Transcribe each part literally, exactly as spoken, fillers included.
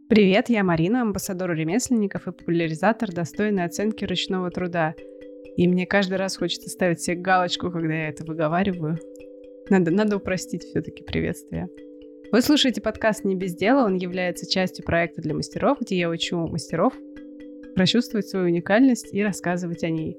Привет, я Марина, амбассадор ремесленников и популяризатор достойной оценки ручного труда. И мне каждый раз хочется ставить себе галочку, когда я это выговариваю. Надо, надо упростить все-таки приветствие. Вы слушаете подкаст «Не без дела». Он является частью проекта для мастеров, где я учу мастеров прочувствовать свою уникальность и рассказывать о ней.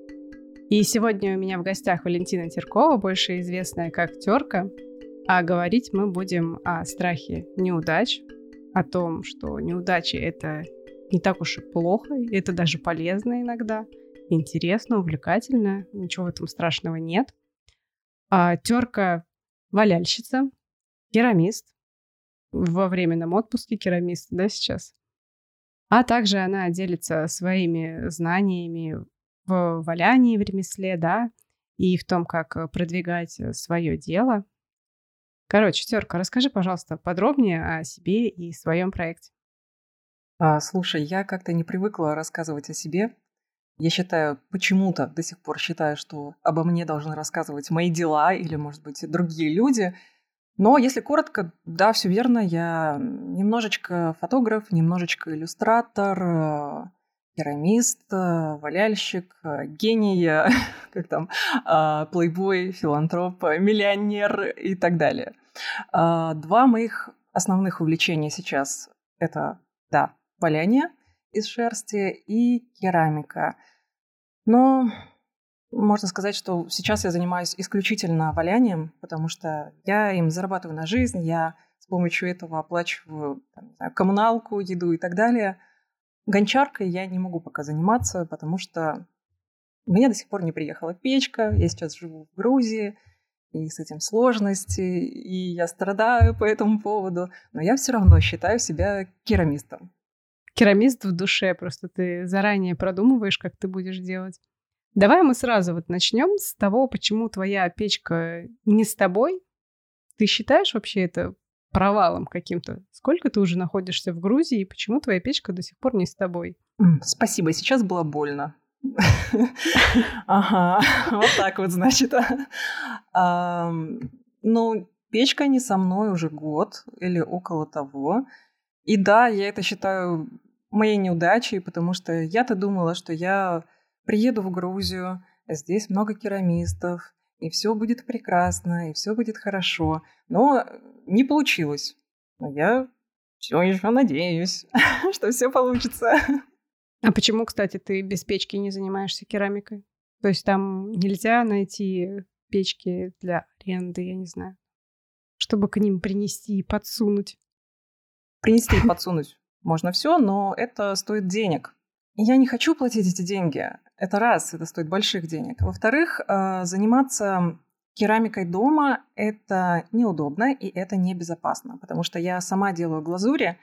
И сегодня у меня в гостях Валентина Теркова, больше известная как Терка. А говорить мы будем о страхе неудач, о том, что неудачи — это не так уж и плохо, это даже полезно иногда, интересно, увлекательно, ничего в этом страшного нет. А Терка — валяльщица, керамист, во временном отпуске керамист, да, сейчас. А также она делится своими знаниями в валянии, в ремесле, да, и в том, как продвигать свое дело. Короче, Терка, расскажи, пожалуйста, подробнее о себе и своем проекте. А, слушай, я как-то не привыкла рассказывать о себе. Я считаю, почему-то до сих пор считаю, что обо мне должны рассказывать мои дела или, может быть, другие люди. Но если коротко, да, все верно. Я немножечко фотограф, немножечко иллюстратор, керамист, валяльщик, гений, как там, плейбой, филантроп, миллионер и так далее. Два моих основных увлечения сейчас – это, да, валяние из шерсти и керамика. Но можно сказать, что сейчас я занимаюсь исключительно валянием, потому что я им зарабатываю на жизнь, я с помощью этого оплачиваю там, не знаю, коммуналку, еду и так далее. Гончаркой я не могу пока заниматься, потому что у меня до сих пор не приехала печка, я сейчас живу в Грузии, и с этим сложности, и я страдаю по этому поводу, но я все равно считаю себя керамистом. Керамист в душе, просто ты заранее продумываешь, как ты будешь делать. Давай мы сразу вот начнем с того, почему твоя печка не с тобой. Ты считаешь вообще это провалом каким-то? Сколько ты уже находишься в Грузии, и почему твоя печка до сих пор не с тобой? Спасибо, сейчас было больно. Ага, вот так вот, значит. Ну, печка не со мной уже год или около того. И да, я это считаю моей неудачей, потому что я-то думала, что я приеду в Грузию, здесь много керамистов, и все будет прекрасно, и все будет хорошо. Но не получилось. Но я все еще надеюсь, что все получится. А почему, кстати, ты без печки не занимаешься керамикой? То есть там нельзя найти печки для аренды, я не знаю, чтобы к ним принести и подсунуть? Принести и подсунуть можно все, но это стоит денег. Я не хочу платить эти деньги. Это раз, это стоит больших денег. Во-вторых, заниматься керамикой дома – это неудобно и это небезопасно, потому что я сама делаю глазури.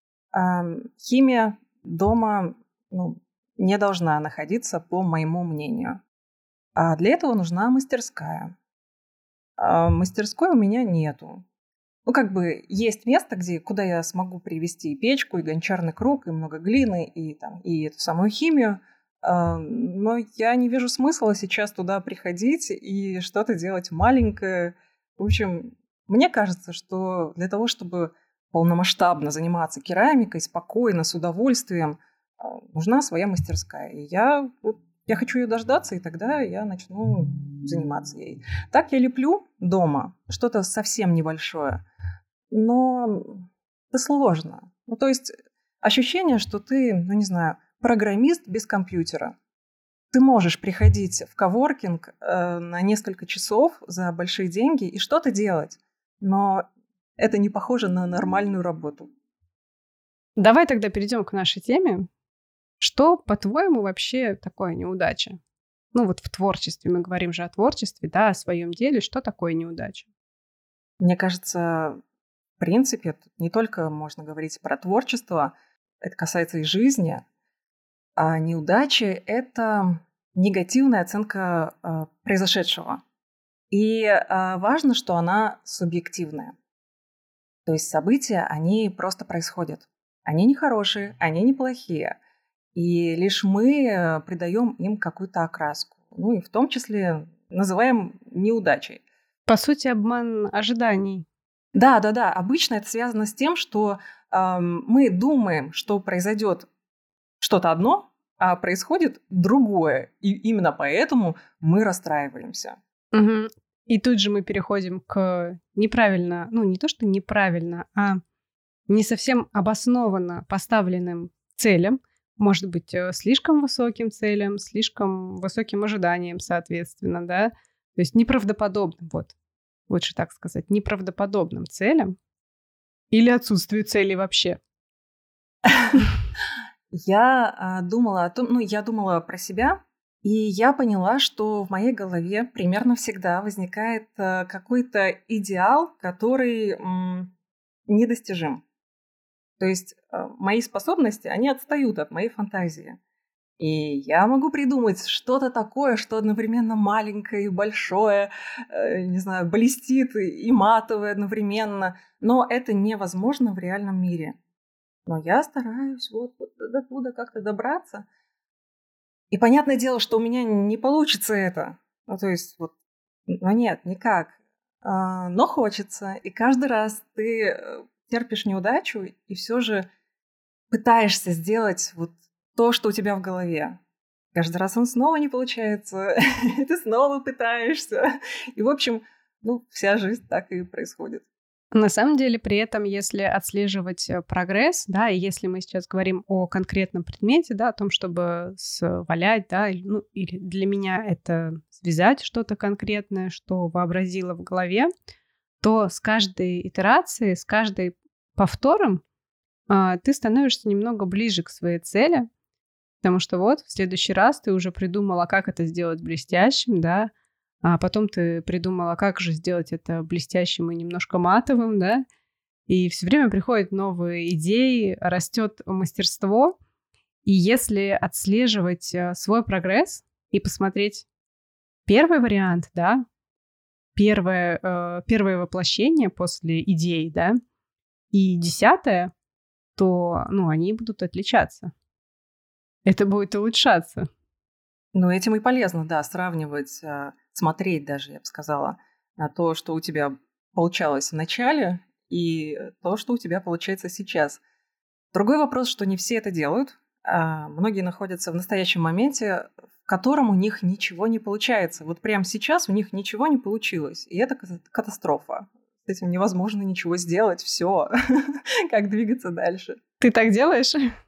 Химия дома ну, не должна находиться, по моему мнению. А для этого нужна мастерская. А мастерской у меня нету. Ну, как бы есть место, где, куда я смогу привезти и печку, и гончарный круг, и много глины, и, там, и эту самую химию. Но я не вижу смысла сейчас туда приходить и что-то делать маленькое. В общем, мне кажется, что для того, чтобы полномасштабно заниматься керамикой, спокойно, с удовольствием, нужна своя мастерская. И я, вот, я хочу ее дождаться, и тогда я начну заниматься ей. Так я леплю дома что-то совсем небольшое, но это сложно. Ну, то есть ощущение, что ты, ну, не знаю, программист без компьютера. Ты можешь приходить в коворкинг э, на несколько часов за большие деньги и что-то делать, но это не похоже на нормальную работу. Давай тогда перейдем к нашей теме. Что, по-твоему, вообще такое неудача? Ну вот в творчестве, мы говорим же о творчестве, да, о своем деле. Что такое неудача? Мне кажется, в принципе, не только можно говорить про творчество, это касается и жизни. А неудача – это негативная оценка э, произошедшего. И э, важно, что она субъективная. То есть события, они просто происходят. Они не хорошие, они не плохие. И лишь мы придаем им какую-то окраску. Ну и в том числе называем неудачей. По сути, обман ожиданий. Да, да, да. Обычно это связано с тем, что мы думаем, что произойдет что-то одно, а происходит другое. И именно поэтому мы расстраиваемся. Угу. И тут же мы переходим к неправильно, ну не то, что неправильно, а не совсем обоснованно поставленным целям, может быть, слишком высоким целям, слишком высоким ожиданиям, соответственно, да, то есть неправдоподобным, вот, лучше так сказать, неправдоподобным целям или отсутствию целей вообще. Я а, думала о том, ну, я думала про себя, и я поняла, что в моей голове примерно всегда возникает а, какой-то идеал, который м, недостижим. То есть а, мои способности, они отстают от моей фантазии. И я могу придумать что-то такое, что одновременно маленькое и большое, э, не знаю, блестит и матовое одновременно, но это невозможно в реальном мире. Но я стараюсь вот, вот до туда как-то добраться. И понятное дело, что у меня не получится это. Ну, то есть, вот, ну нет, никак. А, но хочется. И каждый раз ты терпишь неудачу и все же пытаешься сделать вот то, что у тебя в голове. Каждый раз он снова не получается. Ты снова пытаешься. И, в общем, ну, вся жизнь так и происходит. На самом деле, при этом, если отслеживать прогресс, да, и если мы сейчас говорим о конкретном предмете, да, о том, чтобы свалять, да, или, ну, или для меня это связать что-то конкретное, что вообразила в голове, то с каждой итерацией, с каждым повтором а, ты становишься немного ближе к своей цели, потому что вот в следующий раз ты уже придумала, как это сделать блестящим, да, а потом ты придумала, как же сделать это блестящим и немножко матовым, да, и все время приходят новые идеи, растет мастерство, и если отслеживать свой прогресс и посмотреть первый вариант, да, первое, э, первое воплощение после идей, да, и десятое, то, ну, они будут отличаться. Это будет улучшаться. Ну, этим и полезно, да, сравнивать, смотреть даже, я бы сказала, на то, что у тебя получалось в начале, и то, что у тебя получается сейчас. Другой вопрос, что не все это делают. Многие находятся в настоящем моменте, в котором у них ничего не получается. Вот прямо сейчас у них ничего не получилось, и это катастрофа. С этим невозможно ничего сделать, все. Как двигаться дальше? Ты так делаешь?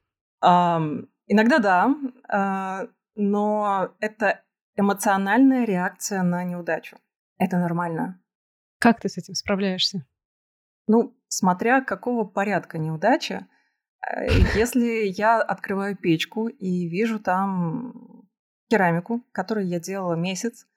Иногда да, но это эмоциональная реакция на неудачу. Это нормально. Как ты с этим справляешься? Ну, смотря какого порядка неудача. Если я открываю печку и вижу там керамику, которую я делала месяц,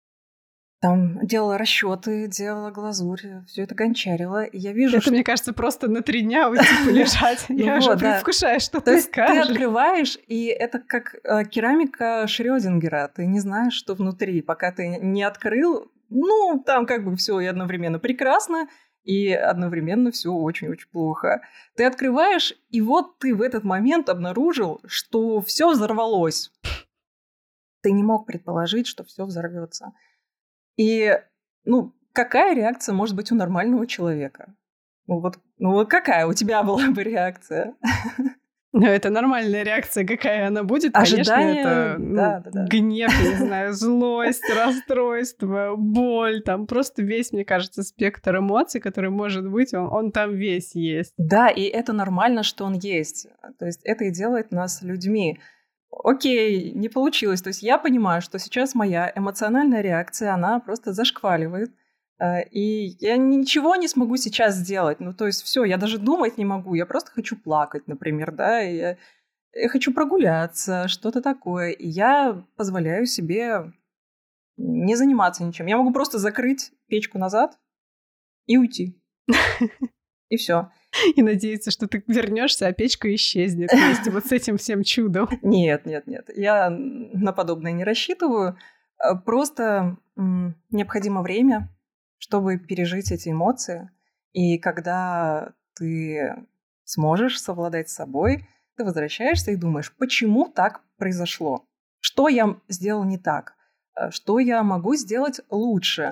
там делала расчеты, делала глазурь, все это гончарила, и я вижу... Это, что... мне кажется, просто на три дня уйти полежать. Я уже предвкушаю, что ты скажешь. Ты открываешь, и это как керамика Шрёдингера. Ты не знаешь, что внутри, пока ты не открыл. Ну, там как бы все и одновременно прекрасно, и одновременно все очень-очень плохо. Ты открываешь, и вот ты в этот момент обнаружил, что все взорвалось. Ты не мог предположить, что все взорвется. И, ну, какая реакция может быть у нормального человека? Ну вот, ну вот какая у тебя была бы реакция? Ну, это нормальная реакция. Какая она будет? Ожидание, конечно, это ну, да, да, да. гнев, я не знаю, злость, расстройство, боль. Там просто весь, мне кажется, спектр эмоций, который может быть, он, он там весь есть. Да, и это нормально, что он есть. То есть это и делает нас людьми. Окей, не получилось. То есть я понимаю, что сейчас моя эмоциональная реакция, она просто зашкваливает. И я ничего не смогу сейчас сделать. Ну, то есть все, я даже думать не могу. Я просто хочу плакать, например, да. И я, я хочу прогуляться, что-то такое. И я позволяю себе не заниматься ничем. Я могу просто закрыть печку назад и уйти. И все. И надеяться, что ты вернешься, а печка исчезнет вместе вот с этим всем чудом. Нет, нет, нет. Я на подобное не рассчитываю. Просто м, необходимо время, чтобы пережить эти эмоции. И когда ты сможешь совладать с собой, ты возвращаешься и думаешь, почему так произошло? Что я сделал не так? Что я могу сделать лучше?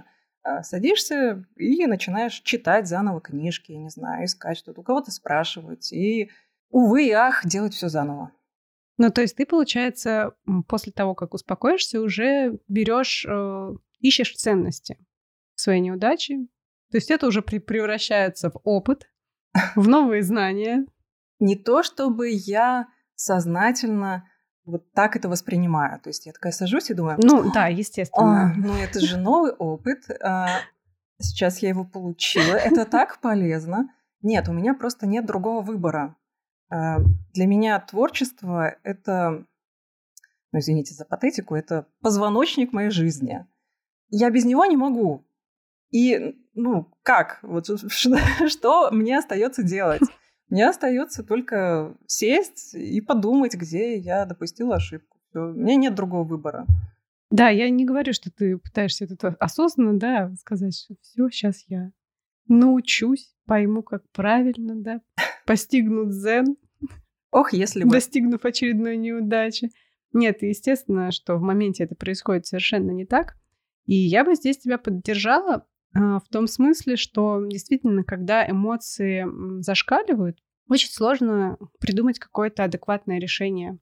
А, Садишься и начинаешь читать заново книжки, я не знаю, искать что-то, у кого-то спрашивать. И, увы и ах, делать все заново. Ну, то есть ты, получается, м, после того, как успокоишься, уже берешь, э, ищешь ценности в своей неудаче. То есть это уже при- превращается в опыт, в новые знания. Не то, чтобы я сознательно вот так это воспринимаю. То есть я такая сажусь и думаю, Ну, да, «А, естественно. ну это же новый опыт, а, сейчас я его получила, это так полезно. Нет, у меня просто нет другого выбора. А, Для меня творчество — это, ну извините за патетику, это позвоночник моей жизни. Я без него не могу. И, ну, как? Вот что, что мне остается делать? Мне остается только сесть и подумать, где я допустила ошибку. Всё. У меня нет другого выбора. Да, я не говорю, что ты пытаешься это осознанно, да, сказать, что все, сейчас я научусь, пойму, как правильно, да, постигну дзен, Ох, если бы. достигнув очередной неудачи. Нет, естественно, что в моменте это происходит совершенно не так. И я бы здесь тебя поддержала а, в том смысле, что действительно, когда эмоции м, зашкаливают, очень сложно придумать какое-то адекватное решение.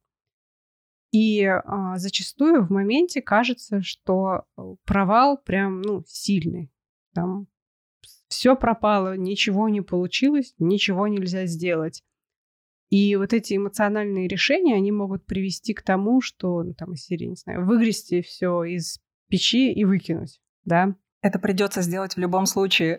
И а, зачастую в моменте кажется, что э, провал прям, ну, сильный. Там все пропало, ничего не получилось, ничего нельзя сделать. И вот эти эмоциональные решения, они могут привести к тому, что, ну, там, из серии, не знаю, выгрести все из печи и выкинуть, да. Это придется сделать в любом случае.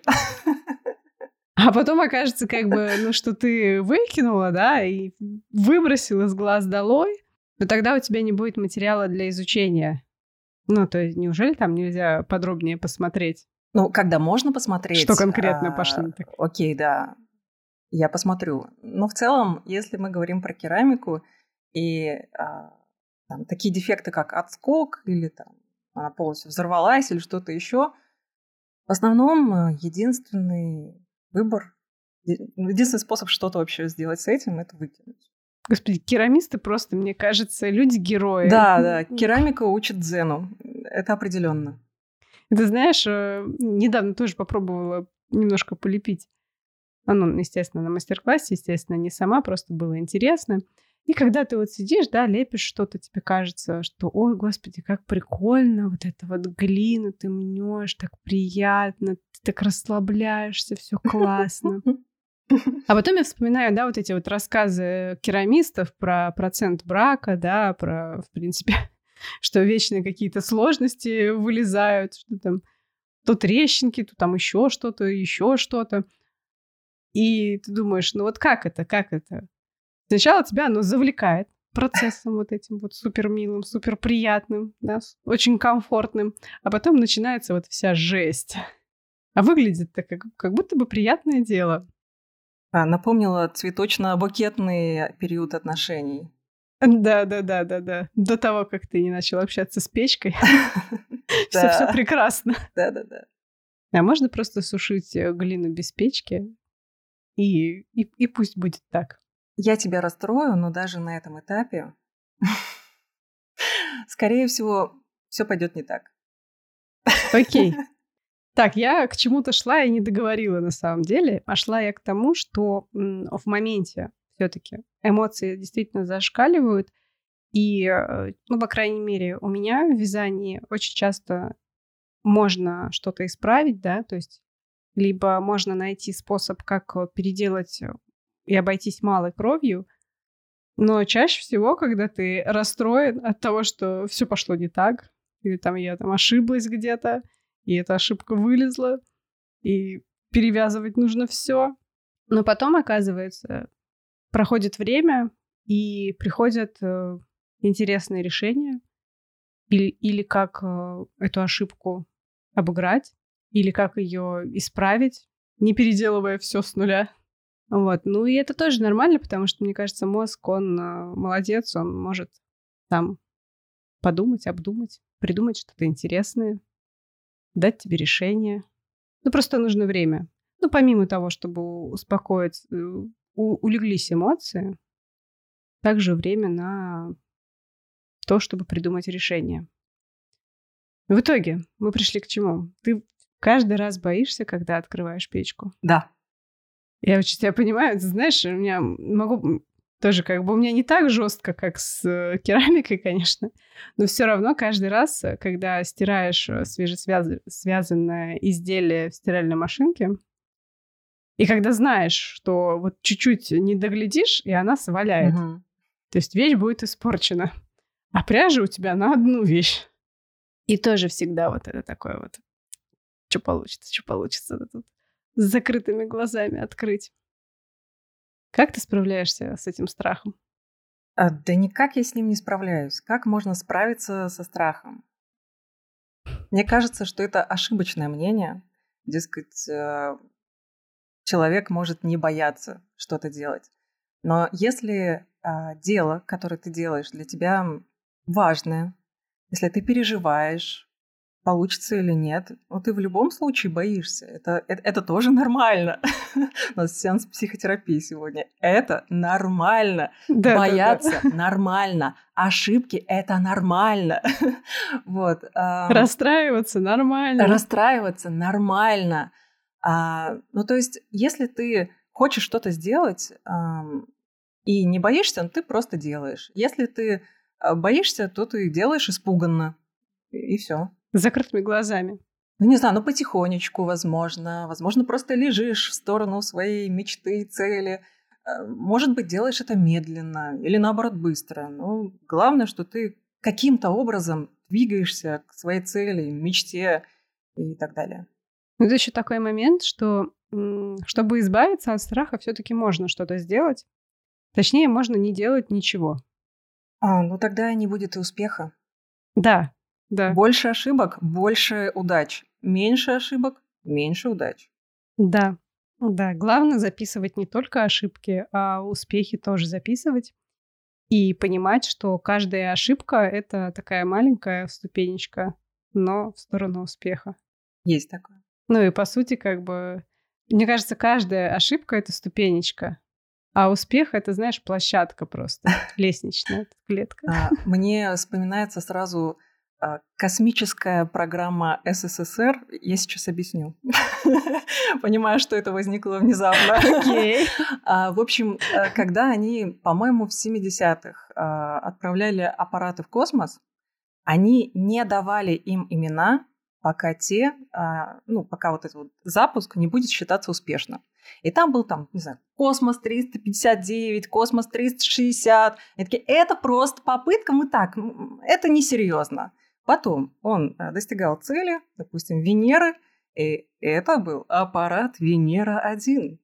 А потом окажется, как бы, ну, что ты выкинула, да, и выбросила с глаз долой, но тогда у тебя не будет материала для изучения. Ну, то есть неужели там нельзя подробнее посмотреть, Ну, когда можно посмотреть, что конкретно а, пошло не так? окей, да, я посмотрю. Но в целом, если мы говорим про керамику и а, там, такие дефекты, как отскок или там она полностью взорвалась или что-то еще, в основном э, единственный выбор, е- ну, единственный способ что-то вообще сделать с этим — это выкинуть. Господи, керамисты просто, мне кажется, люди-герои. Да, да, керамика учит дзену, это определенно. Ты знаешь, э, недавно тоже попробовала немножко полепить. А, Ну, естественно, на мастер-классе, естественно, не сама, просто было интересно. И когда ты вот сидишь, да, лепишь что-то, тебе кажется, что, ой, господи, как прикольно, вот это вот глину ты мнешь, так приятно, ты так расслабляешься, все классно. А потом я вспоминаю, да, вот эти вот рассказы керамистов про процент брака, да, про, в принципе, что вечно какие-то сложности вылезают, что там то трещинки, то там еще что-то, еще что-то. И ты думаешь, ну вот как это, как это? Сначала тебя оно завлекает процессом вот этим вот супер милым, супер приятным, да, с- очень комфортным. А потом начинается вот вся жесть. А выглядит-то как, как будто бы приятное дело. А, напомнила цветочно-букетный период отношений. Да-да-да-да-да. До того, как ты не начал общаться с печкой, все, все Да, прекрасно. да, да, да. А можно просто сушить э, глину без печки, и, и, и пусть будет так. Я тебя расстрою, но даже на этом этапе, скорее всего, все пойдет не так. Окей. Так, я к чему-то шла и не договорила на самом деле. А шла я к тому, что м, в моменте все-таки эмоции действительно зашкаливают. И, э, ну, по крайней мере, у меня в вязании очень часто можно что-то исправить, да, то есть либо можно найти способ, как э, переделать э, и обойтись малой кровью. Но чаще всего, когда ты расстроен от того, что все пошло не так, или там я там ошиблась где-то, и эта ошибка вылезла, и перевязывать нужно все. Но потом, оказывается, проходит время, и приходят э, интересные решения, или, или как э, эту ошибку обыграть, или как ее исправить, не переделывая все с нуля. Вот. Ну и это тоже нормально, потому что, мне кажется, мозг, он э, молодец, он может там подумать, обдумать, придумать что-то интересное, дать тебе решение. Ну, просто нужно время. Ну, помимо того, чтобы успокоить, э, у- улеглись эмоции, также время на то, чтобы придумать решение. В итоге мы пришли к чему? Ты каждый раз боишься, когда открываешь печку? Да. Я очень тебя понимаю. Ты знаешь, у меня могу тоже как бы у меня не так жестко, как с э, керамикой, конечно, но все равно каждый раз, э, когда стираешь э, свежесвязанное изделие в стиральной машинке, и когда знаешь, что вот чуть-чуть не доглядишь, и она сваляет, Мгм. то есть вещь будет испорчена, а пряжа у тебя на одну вещь. И тоже всегда вот это такое вот, что получится, что получится да тут с закрытыми глазами открыть. Как ты справляешься с этим страхом? А, да никак я с ним не справляюсь. Как можно справиться со страхом? Мне кажется, что это ошибочное мнение. Дескать, э, человек может не бояться что-то делать. Но если а, дело, которое ты делаешь, для тебя важное, если ты переживаешь, получится или нет, ну ты в любом случае боишься. Это, это, это тоже нормально. У нас сеанс психотерапии сегодня. Это нормально. Да-да-да. Бояться нормально. Ошибки — это нормально. Вот. ам, Расстраиваться нормально. Расстраиваться нормально. А, ну, то есть, если ты хочешь что-то сделать ам, и не боишься, ну, ты просто делаешь. Если ты а, боишься, то ты делаешь испуганно. И все. С закрытыми глазами. Ну, не знаю, ну, потихонечку, возможно. Возможно, просто лежишь в сторону своей мечты, цели. Э, Может быть, делаешь это медленно или, наоборот, быстро. Ну, главное, что ты каким-то образом двигаешься к своей цели, мечте и так далее. Но это еще такой момент, что м, чтобы избавиться от страха, все-таки можно что-то сделать. Точнее, можно не делать ничего. А, ну, тогда не будет и успеха. Да, да, Больше ошибок — больше удач. Меньше ошибок — меньше удач. да, да. Главное записывать не только ошибки, а успехи тоже записывать. И понимать, что каждая ошибка — это такая маленькая ступенечка, но в сторону успеха. Есть такое. Ну и по сути, как бы, мне кажется, каждая ошибка — это ступенечка, а успех — это, знаешь, площадка просто, лестничная клетка. А, Мне вспоминается сразу а, космическая программа СССР. Я сейчас объясню. Понимаю, что это возникло внезапно. Окей. А, В общем, э, когда они, по-моему, в семидесятых а, отправляли аппараты в космос, они не давали им имена, пока те, а, ну, пока вот этот вот запуск не будет считаться успешным. И там был там, не знаю, Космос триста пятьдесят девять, Космос триста шестьдесят. И такие, это просто попытка, мы так, м, это несерьезно. Потом он а, достигал цели, допустим, Венеры, и это был аппарат Венера-один.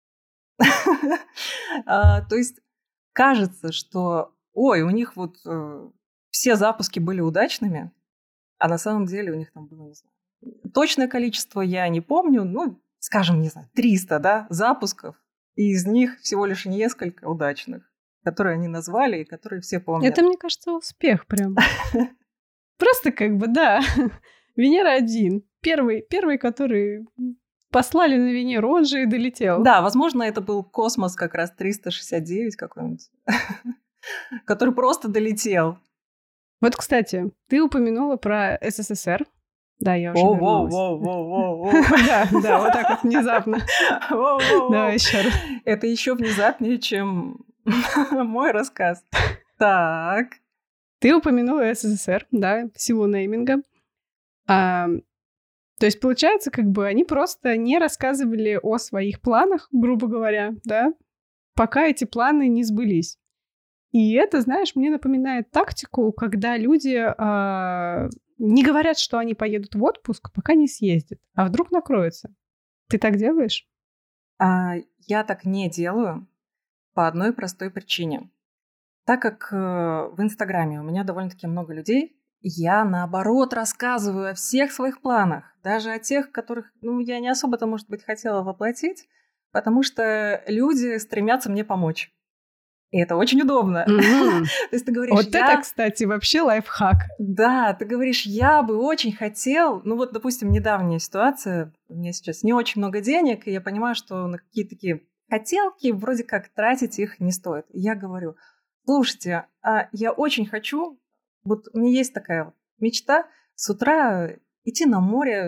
А, То есть кажется, что, ой, у них вот э, все запуски были удачными, а на самом деле у них там было, не знаю, точное количество я не помню, ну, скажем, не знаю, триста, да, запусков, и из них всего лишь несколько удачных, которые они назвали и которые все помнят. Это, мне кажется, успех прям. Просто как бы, да, Венера один. Первый, первый, который послали на Венеру, он же и долетел. Да, возможно, это был космос как раз триста шестьдесят девять какой-нибудь, который просто долетел. Вот, кстати, ты упомянула про СССР. Да, я уже Воу, воу, вернулась. воу, воу, воу, воу. Да, да, вот так вот внезапно. Воу, воу, Давай воу. еще раз. Это еще внезапнее, чем мой рассказ. Так. Ты упомянула СССР, да, в силу нейминга. А, то есть, получается, как бы они просто не рассказывали о своих планах, грубо говоря, да, пока эти планы не сбылись. И это, знаешь, мне напоминает тактику, когда люди а, не говорят, что они поедут в отпуск, пока не съездят. А вдруг накроется? Ты так делаешь? А, Я так не делаю по одной простой причине. Так как э, в Инстаграме у меня довольно-таки много людей, я, наоборот, рассказываю о всех своих планах, даже о тех, которых, ну, я не особо-то, может быть, хотела воплотить, потому что люди стремятся мне помочь. И это очень удобно. Мгм. То есть ты говоришь, Вот я... это, кстати, вообще лайфхак. Да, ты говоришь, я бы очень хотел... Ну вот, допустим, недавняя ситуация, у меня сейчас не очень много денег, и я понимаю, что на какие-то такие хотелки вроде как тратить их не стоит. И я говорю, слушайте, а я очень хочу... Вот у меня есть такая вот мечта с утра идти на море с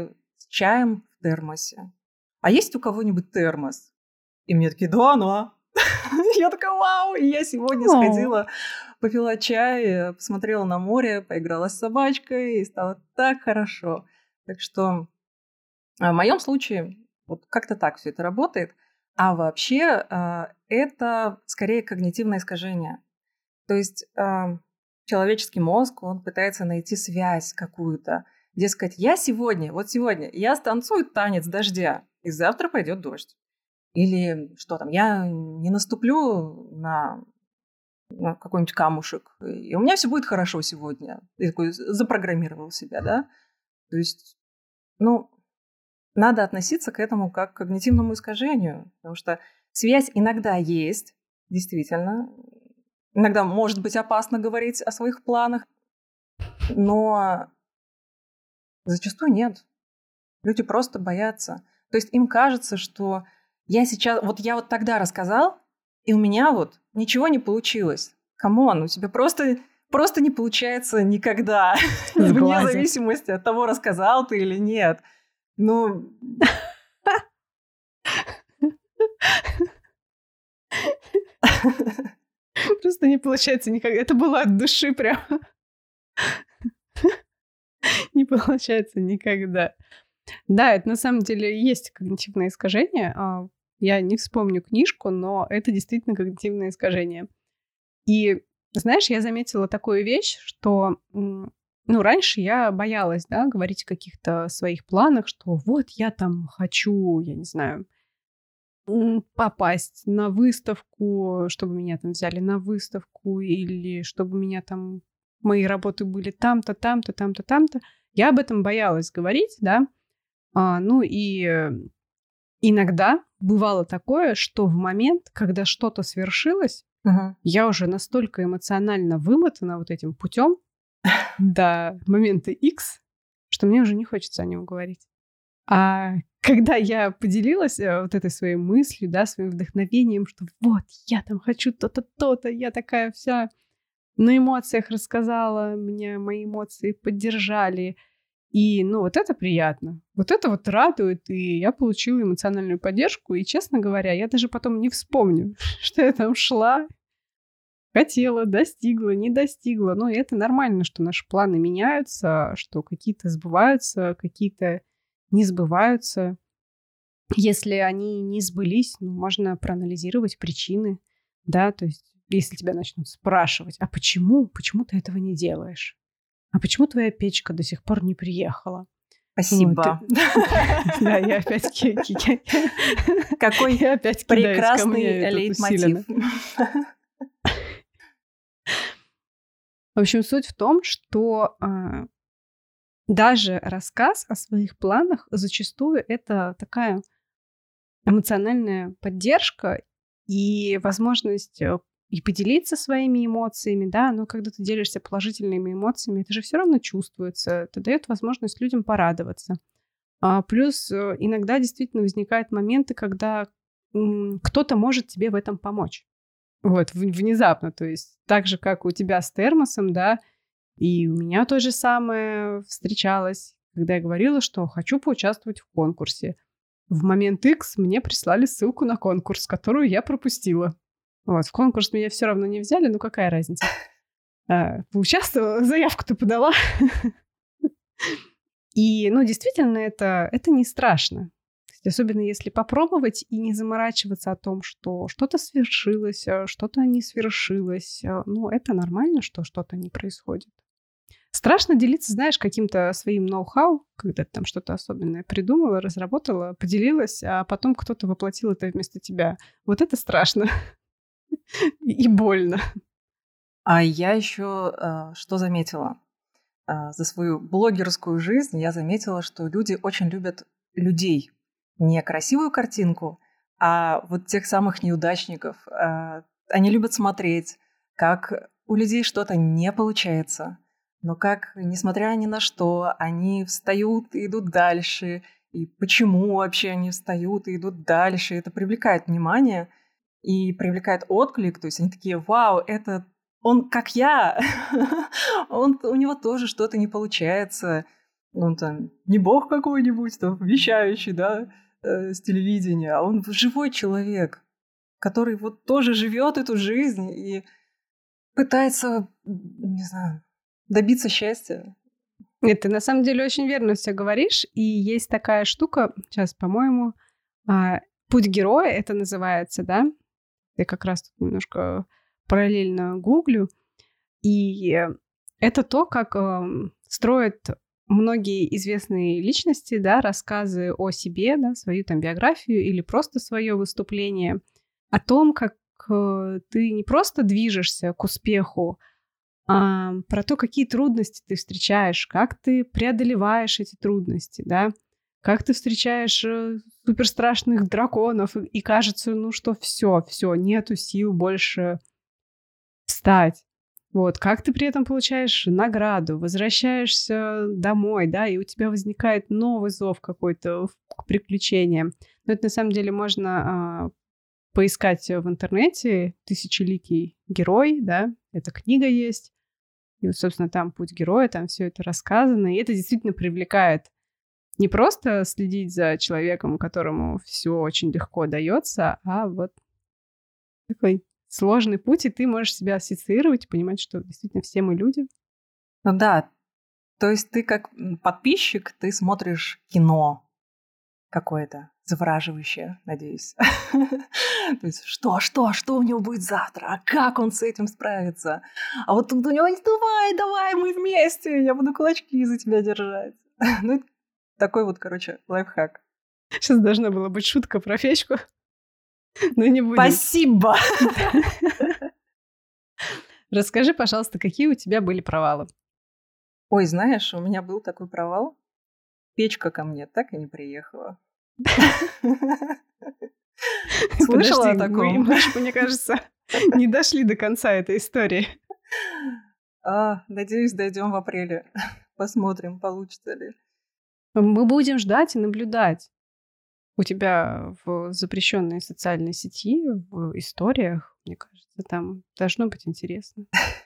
чаем в термосе. А есть у кого-нибудь термос? И мне такие, да, на. Я такая, вау! И я сегодня сходила, попила чай, посмотрела на море, поиграла с собачкой, и стало так хорошо. Так что в моем случае вот как-то так все это работает. А вообще это скорее когнитивное искажение. То есть человеческий мозг, он пытается найти связь какую-то. Дескать, я сегодня, вот сегодня, я станцую танец дождя, и завтра пойдет дождь. Или что там, я не наступлю на, на какой-нибудь камушек, и у меня все будет хорошо сегодня. Ты такой запрограммировал себя, да? То есть, ну, надо относиться к этому как к когнитивному искажению, потому что связь иногда есть, действительно. Иногда может быть опасно говорить о своих планах, но зачастую нет. Люди просто боятся. То есть им кажется, что я сейчас... Вот я вот тогда рассказал, и у меня вот ничего не получилось. Камон, у тебя просто, просто не получается никогда. Вне зависимости от того, рассказал ты или нет. Ну... Просто не получается никогда. Это было от души прям. Не получается никогда. Да, это на самом деле есть когнитивное искажение. Я не вспомню книжку, но это действительно когнитивное искажение. И, знаешь, я заметила такую вещь, что, ну, раньше я боялась, да, говорить о каких-то своих планах, что вот я там хочу, я не знаю, попасть на выставку, чтобы меня там взяли на выставку, или чтобы меня там, мои работы были там-то, там-то, там-то, там-то. Я об этом боялась говорить, да. А, ну и иногда бывало такое, что в момент, когда что-то свершилось, угу. я уже настолько эмоционально вымотана вот этим путем до момента X, что мне уже не хочется о нем говорить. А когда я поделилась вот этой своей мыслью, да, своим вдохновением, что вот, я там хочу то-то, то-то, я такая вся на эмоциях рассказала, меня мои эмоции поддержали. И, ну, вот это приятно. Вот это вот радует, и я получила эмоциональную поддержку. И, честно говоря, я даже потом не вспомню, что я там шла, хотела, достигла, не достигла. Но это нормально, что наши планы меняются, что какие-то сбываются, какие-то не сбываются. Если они не сбылись, ну, можно проанализировать причины, да, то есть если тебя начнут спрашивать, а почему, почему ты этого не делаешь? А почему твоя печка до сих пор не приехала? Спасибо. Да, я опять... Какой прекрасный лейтмотив. В общем, суть в том, что даже рассказ о своих планах зачастую это такая эмоциональная поддержка и возможность и поделиться своими эмоциями, да, но когда ты делишься положительными эмоциями, это же все равно чувствуется, это дает возможность людям порадоваться. А плюс иногда действительно возникают моменты, когда м, кто-то может тебе в этом помочь. Вот, внезапно, то есть так же, как у тебя с термосом, да, и у меня то же самое встречалось, когда я говорила, что хочу поучаствовать в конкурсе. В момент X мне прислали ссылку на конкурс, которую я пропустила. Вот, в конкурс меня все равно не взяли, ну какая разница? А, поучаствовала, заявку-то подала. И, ну, действительно, это, это не страшно. То есть, особенно если попробовать и не заморачиваться о том, что что-то свершилось, что-то не свершилось. Ну, это нормально, что что-то не происходит. Страшно делиться, знаешь, каким-то своим ноу-хау, когда ты там что-то особенное придумала, разработала, поделилась, а потом кто-то воплотил это вместо тебя. Вот это страшно. И больно. А я еще э, что заметила? Э, за свою блогерскую жизнь я заметила, что люди очень любят людей. Не красивую картинку, а вот тех самых неудачников. Э, они любят смотреть, как у людей что-то не получается, но как, несмотря ни на что, они встают и идут дальше. И почему вообще они встают и идут дальше? Это привлекает внимание и привлекает отклик. То есть они такие, вау, это он как я, он, у него тоже что-то не получается. Он там не бог какой-нибудь, там, вещающий, да, э, с телевидения, а он живой человек, который вот тоже живет эту жизнь и пытается, не знаю, добиться счастья. Нет, ты на самом деле очень верно все говоришь. И есть такая штука, сейчас, по-моему, а, «Путь героя» это называется, да? Я как раз тут немножко параллельно гуглю. И это то, как э, строят многие известные личности, да, рассказы о себе, да, свою там биографию или просто свое выступление, о том, как э, ты не просто движешься к успеху, а про то, какие трудности ты встречаешь, как ты преодолеваешь эти трудности, да, как ты встречаешь э, суперстрашных драконов, и, и кажется, ну что, все, все, нету сил больше встать. Вот, как ты при этом получаешь награду, возвращаешься домой, да, и у тебя возникает новый зов какой-то в- к приключениям. Но это на самом деле можно а, поискать в интернете «Тысячеликий герой», да, эта книга есть. И вот, собственно, там путь героя, там все это рассказано. И это действительно привлекает не просто следить за человеком, которому все очень легко дается, а вот такой сложный путь, и ты можешь себя ассоциировать и понимать, что действительно все мы люди. Ну да, то есть ты как м, подписчик, ты смотришь кино какое-то завораживающее, надеюсь. То есть что, что, что у него будет завтра? А как он с этим справится? А вот тут у него давай, давай, мы вместе, я буду кулачки за тебя держать. Ну, такой вот, короче, лайфхак. Сейчас должна была быть шутка про Фечку, но не будем. Спасибо! Расскажи, пожалуйста, какие у тебя были провалы? Ой, знаешь, у меня был такой провал. Печка ко мне так и не приехала. Слышала о Подожди, мы, таком? мы ж, мне кажется, не дошли до конца этой истории. А, надеюсь, дойдем в апреле. Посмотрим, получится ли. Мы будем ждать и наблюдать. У тебя в запрещенной социальной сети, в историях, мне кажется, там должно быть интересно.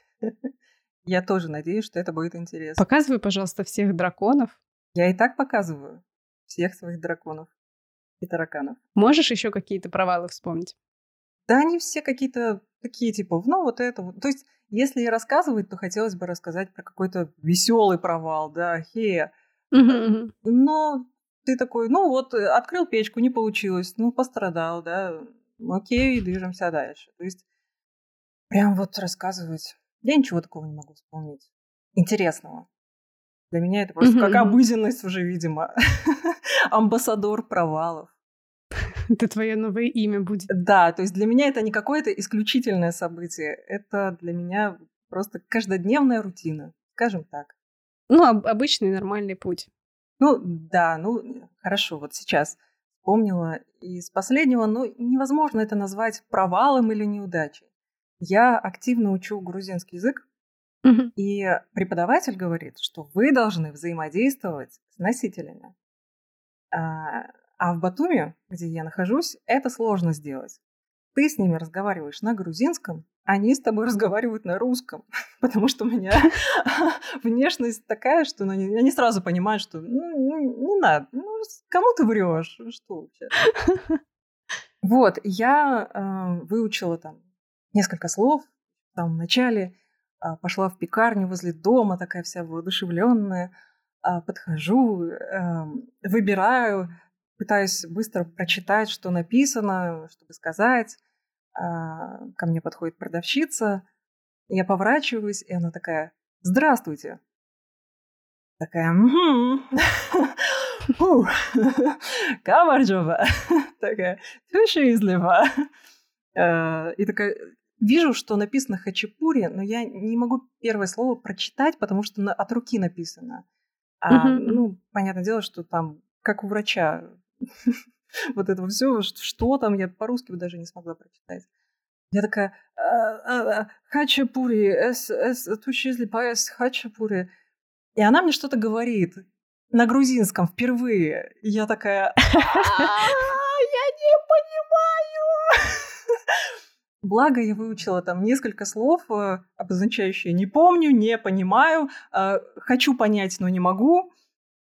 Я тоже надеюсь, что это будет интересно. Показывай, пожалуйста, всех драконов. Я и так показываю всех своих драконов и тараканов. Можешь еще какие-то провалы вспомнить? Да, они все какие-то такие, типа, ну вот это вот. То есть, если и рассказывать, то хотелось бы рассказать про какой-то веселый провал, да, хе. Мгм. Но ты такой, ну вот, э, открыл печку, не получилось, ну пострадал, да, окей, движемся дальше. То есть, прям вот рассказывать. Я ничего такого не могу вспомнить. Интересного. Для меня это просто как Мгм. обыденность уже, видимо. Амбассадор провалов. Это твое новое имя будет. Да, то есть для меня это не какое-то исключительное событие. Это для меня просто каждодневная рутина, скажем так. Ну, об- обычный нормальный путь. Ну, да, ну, хорошо, вот сейчас вспомнила из последнего, но невозможно это назвать провалом или неудачей. Я активно учу грузинский язык, Мгм. и преподаватель говорит, что вы должны взаимодействовать с носителями. А, а в Батуми, где я нахожусь, это сложно сделать. Ты с ними разговариваешь на грузинском, они с тобой разговаривают на русском, потому что у меня внешность такая, что ну, они они сразу понимают, что ну, ну, не надо, ну, с- кому ты врешь, что вообще. Вот, я э, выучила там несколько слов в самом начале, а, пошла в пекарню возле дома, такая вся воодушевленная, а, подхожу, эм, выбираю, пытаюсь быстро прочитать, что написано, чтобы сказать. А, ко мне подходит продавщица, я поворачиваюсь, и она такая: «Здравствуйте». Такая: «Мгм». Фу. Кабарджова. Такая: «Тушизлива». Э, И такая, вижу, что написано хачапури, но я не могу первое слово прочитать, потому что на- от руки написано. А, Мгм, мгм. ну, понятное дело, что там, как у врача, вот это все, что там, я по-русски бы даже не смогла прочитать. Я такая: «А, а, а, хачапури, эс, эс, тушизли паэс, хачапури». И она мне что-то говорит на грузинском впервые. И я такая: «А, я не понимаю. Благо, я выучила там несколько слов, э, обозначающие «не помню», «не понимаю», э, «хочу понять, но не могу».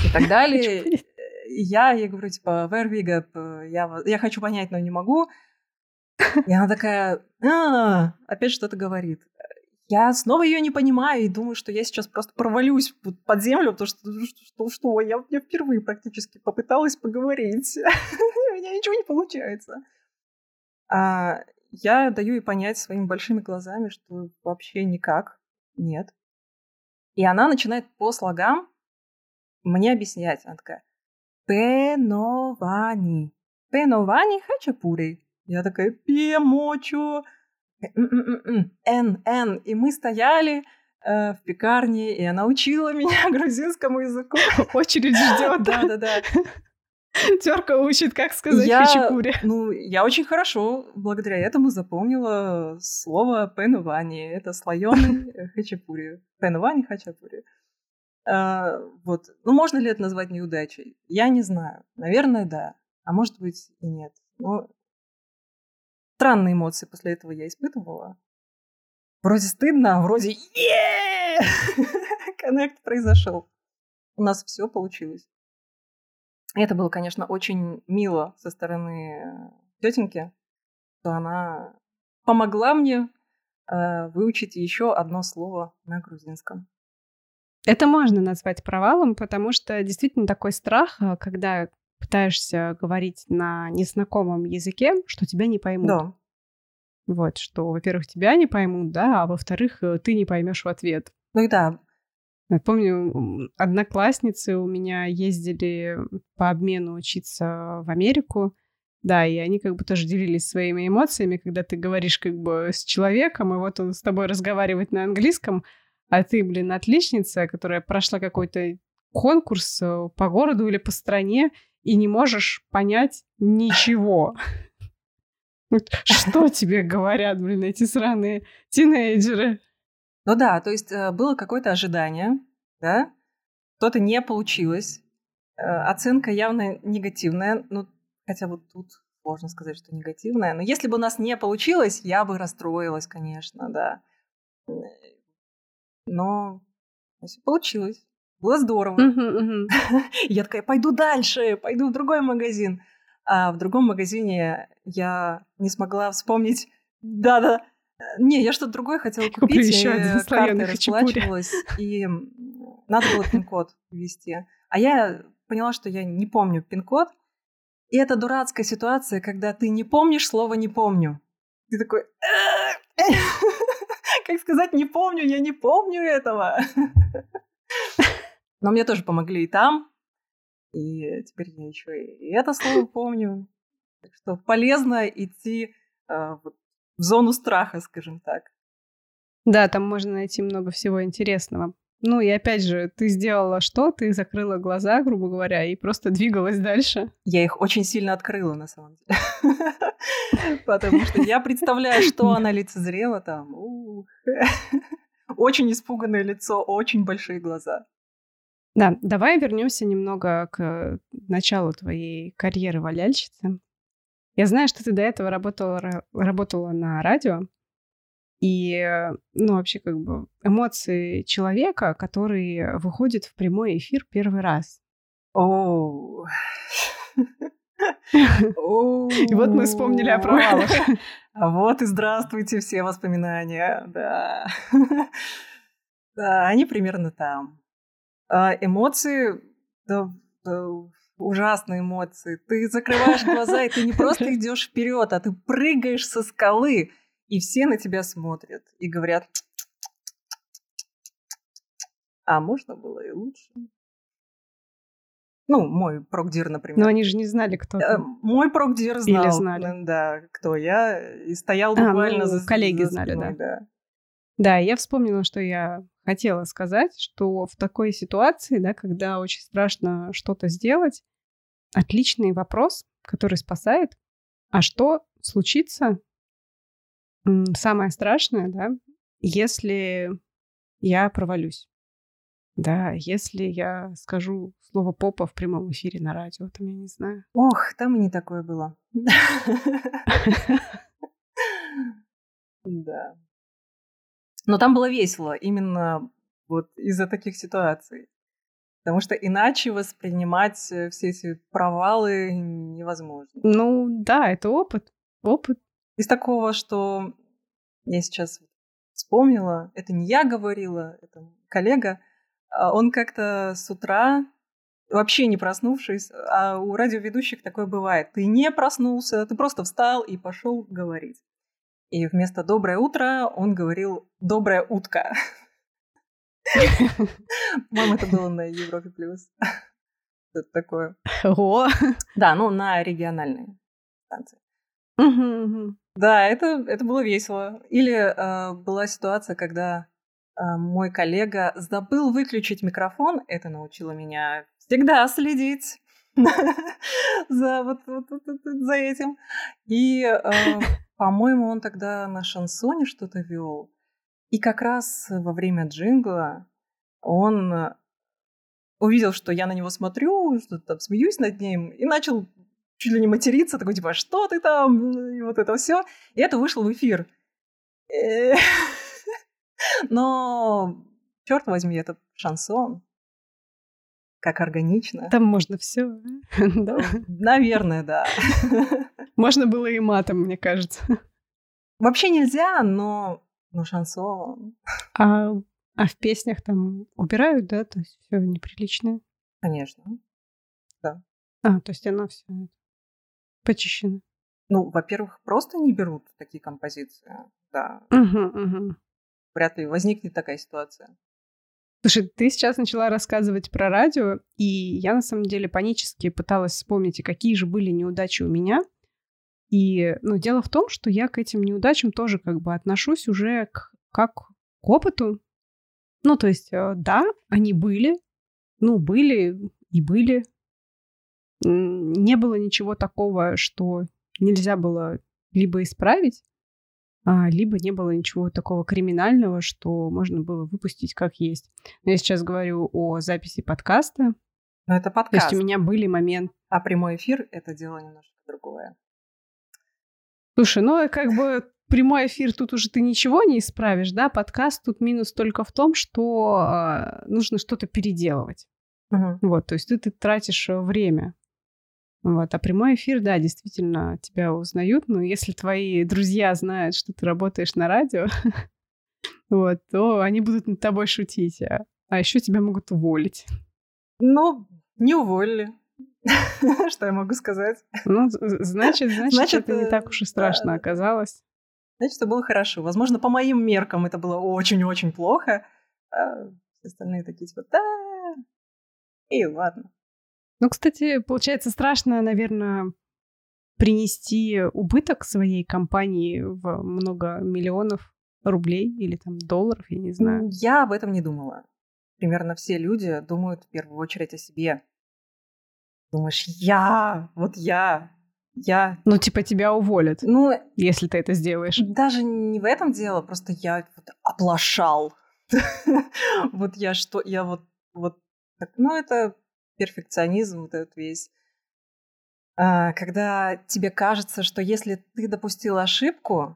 и так далее. Я ей говорю, типа, where we go? Я, я хочу понять, но не могу. И она такая, а, опять что-то говорит. Я снова ее не понимаю и думаю, что я сейчас просто провалюсь под землю, потому что, что, что я, я впервые практически попыталась поговорить. У меня ничего не получается. А я даю ей понять своими большими глазами, что вообще никак, нет. И она начинает по слогам мне объяснять. Она такая, пеновани. Пеновани хачапури. Я такая, пемочу. Н, Н. И мы стояли э, в пекарне, и она учила меня грузинскому языку. Очередь ждет. Да-да-да. Терка учит, как сказать я, хачапури. Ну, я очень хорошо благодаря этому запомнила слово пенувани. Это слоёный хачапури. Пенувани хачапури. А, вот. Ну, можно ли это назвать неудачей? Я не знаю. Наверное, да. А может быть и нет. Но странные эмоции после этого я испытывала. Вроде стыдно, а вроде коннект произошел. У нас все получилось. Это было, конечно, очень мило со стороны тетеньки, что она помогла мне э, выучить еще одно слово на грузинском. Это можно назвать провалом, потому что действительно такой страх, когда пытаешься говорить на незнакомом языке, что тебя не поймут. Да. Вот, что, во-первых, тебя не поймут, да, а во-вторых, ты не поймешь в ответ. Ну и да. Я помню, одноклассницы у меня ездили по обмену учиться в Америку, да, и они как бы тоже делились своими эмоциями, когда ты говоришь как бы с человеком, и вот он с тобой разговаривает на английском, а ты, блин, отличница, которая прошла какой-то конкурс по городу или по стране, и не можешь понять ничего. Что тебе говорят, блин, эти сраные тинейджеры? Ну да, то есть было какое-то ожидание, да, что-то не получилось, оценка явно негативная, ну, хотя вот тут сложно сказать, что негативная, но если бы у нас не получилось, я бы расстроилась, конечно, да. Но все получилось, было здорово. Uh-huh, uh-huh. Я такая, пойду дальше, пойду в другой магазин. А в другом магазине я не смогла вспомнить, да-да, не, я что-то другое хотела купить, Куплю еще один картой расплачивалась, и надо было пин-код ввести. А я поняла, что я не помню пин-код, и это дурацкая ситуация, когда ты не помнишь слово «не помню». Ты такой, как сказать «не помню», я не помню этого. Но мне тоже помогли и там, и теперь я еще и это слово помню. Так что полезно идти вот в зону страха, скажем так. Да, там можно найти много всего интересного. Ну и опять же, ты сделала что? Ты закрыла глаза, грубо говоря, и просто двигалась дальше. Я их очень сильно открыла, на самом деле. Потому что я представляю, что она лицезрела там. Очень испуганное лицо, очень большие глаза. Да, давай вернемся немного к началу твоей карьеры валяльщицы. Я знаю, что ты до этого работала, работала на радио, и, ну, вообще, как бы, эмоции человека, который выходит в прямой эфир первый раз. О, и вот мы вспомнили о провалах. А вот и здравствуйте все воспоминания, да. Да, они примерно там. Эмоции, да, ужасные эмоции. Ты закрываешь глаза, и ты не просто идешь вперед, а ты прыгаешь со скалы, и все на тебя смотрят и говорят, а можно было и лучше. Ну, мой прокдир, например. Но они же не знали, кто ты. Мой прокдир знал, или знали. Да, кто я, и стоял буквально а, ну, за коллеги за знали, спиной, да. да. Да, я вспомнила, что я хотела сказать, что в такой ситуации, да, когда очень страшно что-то сделать, отличный вопрос, который спасает. А что случится, самое страшное, да, если я провалюсь? Да, если я скажу слово «попа» в прямом эфире на радио, там, я не знаю. Ох, там и не такое было. Да. Но там было весело именно вот из-за таких ситуаций. Потому что иначе воспринимать все эти провалы невозможно. Ну да, это опыт. Опыт. Из такого, что я сейчас вспомнила, это не я говорила, это коллега, он как-то с утра, вообще не проснувшись, а у радиоведущих такое бывает, ты не проснулся, ты просто встал и пошел говорить. И вместо «доброе утро» он говорил «добрая утка». По-моему, это было на Европе плюс. Что-то такое. О! Да, ну на региональной станции. Мгм, мгм. Да, это, это было весело. Или э, была ситуация, когда э, мой коллега забыл выключить микрофон. Это научило меня всегда следить за, вот, вот, вот, вот, за этим. И, э, по-моему, он тогда на шансоне что-то вел. И как раз во время джингла он увидел, что я на него смотрю, что-то там смеюсь над ним, и начал чуть ли не материться, такой типа, что ты там, и вот это все. И это вышло в эфир. Но, черт возьми, это шансон. Как органично. Там можно все, да? Наверное, да. Можно было и матом, мне кажется. Вообще нельзя, но, но шансон. А, а в песнях там убирают, да? То есть все неприличное? Конечно. Да. А, то есть оно все почищено. Ну, во-первых, просто не берут такие композиции. Да. Угу, угу. Вряд ли возникнет такая ситуация. Слушай, ты сейчас начала рассказывать про радио, и я на самом деле панически пыталась вспомнить, и какие же были неудачи у меня. И ну, дело в том, что я к этим неудачам тоже как бы отношусь уже к, как к опыту. Ну, то есть, э, да, они были, ну, были и были. М, Не было ничего такого, что нельзя было либо исправить, а, либо не было ничего такого криминального, что можно было выпустить как есть. Но я сейчас говорю о записи подкаста. Но это То подкаст. есть у меня были моменты... А прямой эфир — это дело немножко другое. Слушай, ну как бы прямой эфир, тут уже ты ничего не исправишь, да? Подкаст тут минус только в том, что э, нужно что-то переделывать. Угу. Вот, то есть ты, ты тратишь э, время. Вот, а прямой эфир, да, действительно тебя узнают, но если твои друзья знают, что ты работаешь на радио, вот, то они будут над тобой шутить, а, а еще тебя могут уволить. Ну, не уволили. Что я могу сказать? Ну, значит, значит, Значит, это не так уж и страшно да. оказалось. Значит, это было хорошо. Возможно, по моим меркам это было очень-очень плохо. А все остальные такие типа, да, и ладно. Ну, кстати, получается страшно, наверное, принести убыток своей компании в много миллионов рублей или там долларов, я не знаю. Я об этом не думала. Примерно все люди думают в первую очередь о себе. Думаешь, я, вот я, я. Ну, типа тебя уволят, Ну, если ты это сделаешь. даже не в этом дело, просто я вот оплошал. Вот я что, я вот, вот, так, ну, это перфекционизм вот этот весь. А, когда тебе кажется, что если ты допустил ошибку,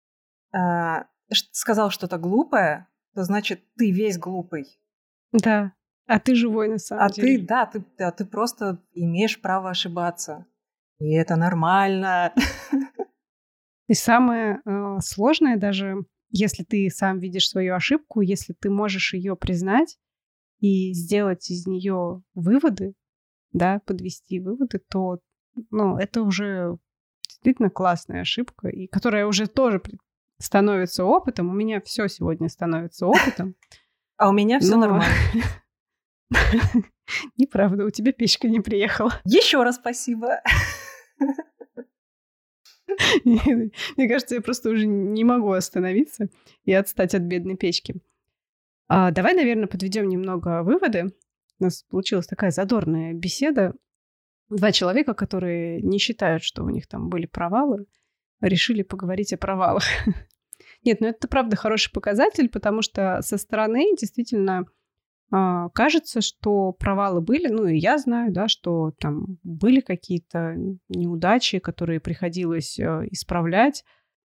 а, ш- сказал что-то глупое, то значит ты весь глупый. Да. А ты живой на самом А деле. ты, да, ты, да, ты просто имеешь право ошибаться. И это нормально. И самое э, сложное даже, если ты сам видишь свою ошибку, если ты можешь ее признать и сделать из нее выводы, да, подвести выводы, то, ну, это уже действительно классная ошибка, и которая уже тоже при- становится опытом. У меня все сегодня становится опытом. А у меня все Но- нормально. Неправда, у тебя печка не приехала. Еще раз спасибо. Мне кажется, я просто уже не могу остановиться и отстать от бедной печки. А, давай, наверное, подведем немного выводы. У нас получилась такая задорная беседа. Два человека, которые не считают, что у них там были провалы, решили поговорить о провалах. Нет, ну это правда хороший показатель, потому что со стороны действительно а, кажется, что провалы были, ну и я знаю, да, что там были какие-то неудачи, которые приходилось э, исправлять.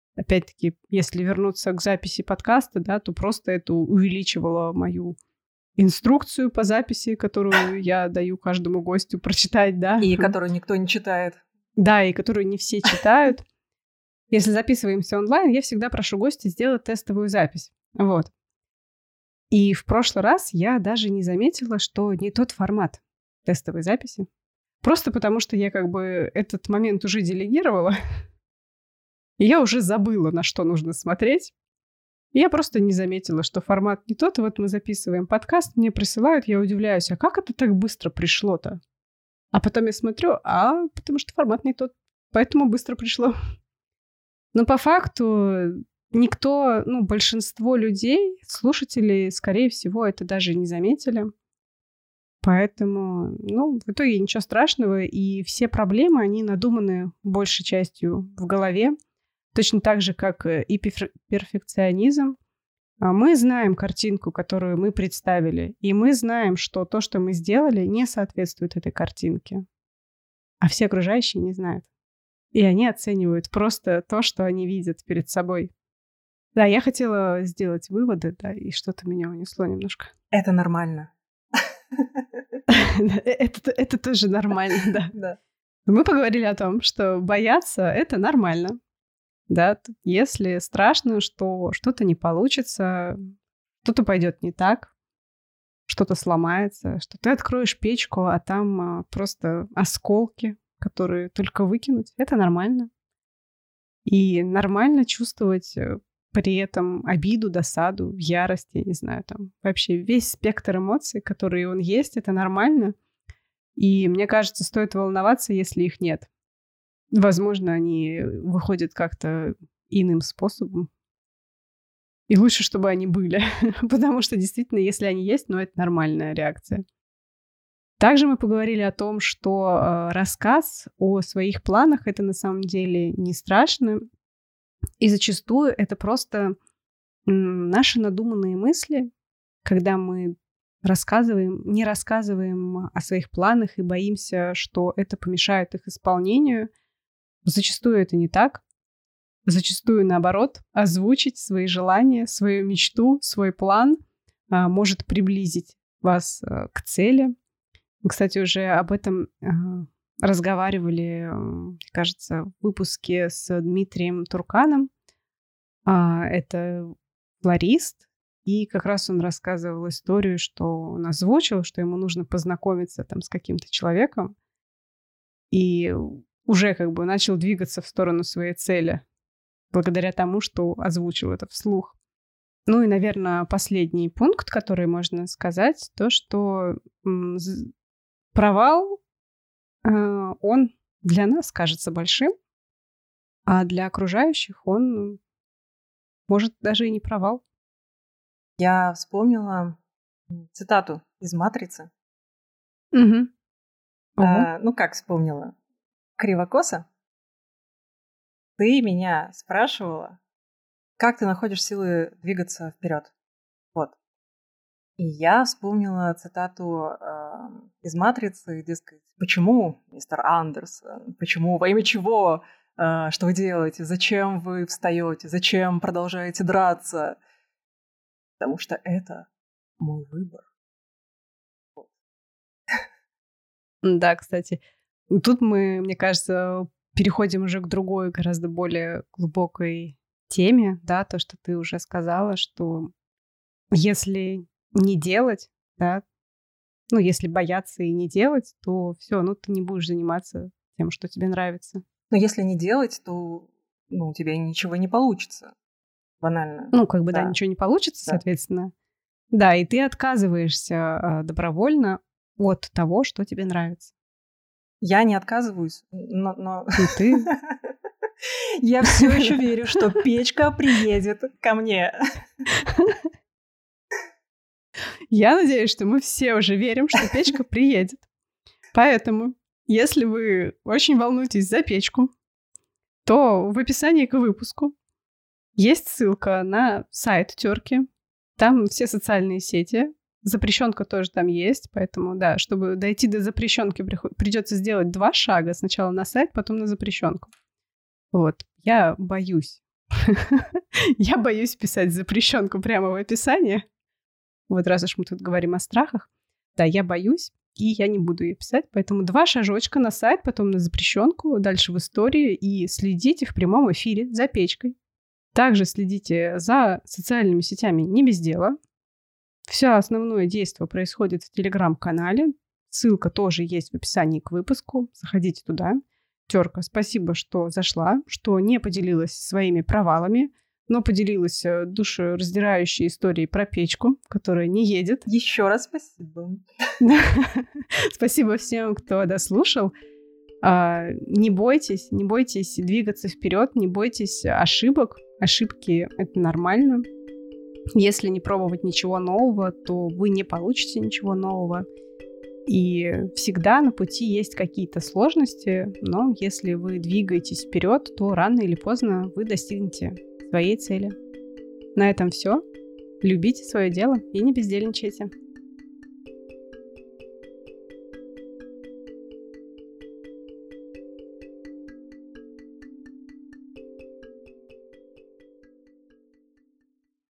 Опять-таки, если вернуться к записи подкаста, да, то просто это увеличивало мою инструкцию по записи, которую я даю каждому гостю прочитать, да. И которую никто не читает. Да, и которую не все читают. Если записываемся онлайн, я всегда прошу гостя сделать тестовую запись. Вот. И в прошлый раз я даже не заметила, что не тот формат тестовой записи. Просто потому, что я как бы этот момент уже делегировала. И я уже забыла, на что нужно смотреть. И я просто не заметила, что формат не тот. И вот мы записываем подкаст, мне присылают, я удивляюсь, а как это так быстро пришло-то? А потом я смотрю, а потому что формат не тот, поэтому быстро пришло. Но по факту никто, ну, большинство людей, слушателей, скорее всего, это даже не заметили. Поэтому, ну, в итоге ничего страшного. И все проблемы, они надуманы большей частью в голове. Точно так же, как и перфекционизм. Мы знаем картинку, которую мы представили. И мы знаем, что то, что мы сделали, не соответствует этой картинке. А все окружающие не знают. И они оценивают просто то, что они видят перед собой. Да, я хотела сделать выводы, да, и что-то меня унесло немножко. Это нормально. Это, это тоже нормально, да. Да. Мы поговорили о том, что бояться — это нормально. Да, если страшно, что что-то не получится, что-то пойдет не так, что-то сломается, что ты откроешь печку, а там а, просто осколки, которые только выкинуть, это нормально. И нормально чувствовать при этом обиду, досаду, ярость, я не знаю, там вообще весь спектр эмоций, которые он есть, это нормально. И мне кажется, стоит волноваться, если их нет. Возможно, они выходят как-то иным способом. И лучше, чтобы они были. Потому что действительно, если они есть, ну, это нормальная реакция. Также мы поговорили о том, что э, рассказ о своих планах — это на самом деле не страшно. И зачастую это просто м, наши надуманные мысли, когда мы рассказываем, не рассказываем о своих планах и боимся, что это помешает их исполнению. Зачастую это не так. Зачастую, наоборот, озвучить свои желания, свою мечту, свой план а, может приблизить вас а, к цели. Мы, кстати, уже об этом а, разговаривали, а, кажется, в выпуске с Дмитрием Турканом. А, это флорист. И как раз он рассказывал историю, что он озвучил, что ему нужно познакомиться там с каким-то человеком. И уже как бы начал двигаться в сторону своей цели, благодаря тому, что озвучил это вслух. Ну и, наверное, последний пункт, который можно сказать, то, что м, провал, э, он для нас кажется большим, а для окружающих он может даже и не провал. Я вспомнила цитату из «Матрицы». Угу. А, ну, как вспомнила? Кривокоса. Ты меня спрашивала, как ты находишь силы двигаться вперед. Вот. И я вспомнила цитату э, из «Матрицы», дескать, почему, мистер Андерсон, почему, во имя чего, э, что вы делаете, зачем вы встаете, зачем продолжаете драться? Потому что это мой выбор. Вот. Да, кстати, тут мы, мне кажется, переходим уже к другой, гораздо более глубокой теме, да, то, что ты уже сказала, что если не делать, да, ну, если бояться и не делать, то все, ну, ты не будешь заниматься тем, что тебе нравится. Но если не делать, то, ну, у тебя ничего не получится. Банально. Ну, как бы, да, Да. ничего не получится, Да. соответственно. Да, и ты отказываешься а, добровольно от того, что тебе нравится. Я не отказываюсь, но... но... И ты... Я все еще верю, что печка приедет ко мне. Я надеюсь, что мы все уже верим, что печка приедет. Поэтому, если вы очень волнуетесь за печку, то в описании к выпуску есть ссылка на сайт Терки. Там все социальные сети. Запрещенка тоже там есть. Поэтому, да, чтобы дойти до запрещенки, придется сделать два шага. Сначала на сайт, потом на запрещенку. Вот. Я боюсь. Я боюсь писать запрещенку прямо в описании. Вот раз уж мы тут говорим о страхах, да, я боюсь, и я не буду ее писать. Поэтому два шажочка на сайт, потом на запрещенку, дальше в истории, и следите в прямом эфире за печкой. Также следите за социальными сетями не без дела. Все основное действие происходит в Телеграм-канале. Ссылка тоже есть в описании к выпуску. Заходите туда. Терка, спасибо, что зашла, что не поделилась своими провалами, но поделилась душераздирающей историей про печку, которая не едет. Еще раз спасибо. Спасибо всем, кто дослушал. Не бойтесь, не бойтесь двигаться вперед, не бойтесь ошибок. Ошибки — это нормально. Если не пробовать ничего нового, то вы не получите ничего нового. И всегда на пути есть какие-то сложности, но если вы двигаетесь вперед, то рано или поздно вы достигнете своей цели. На этом все. Любите свое дело и не бездельничайте.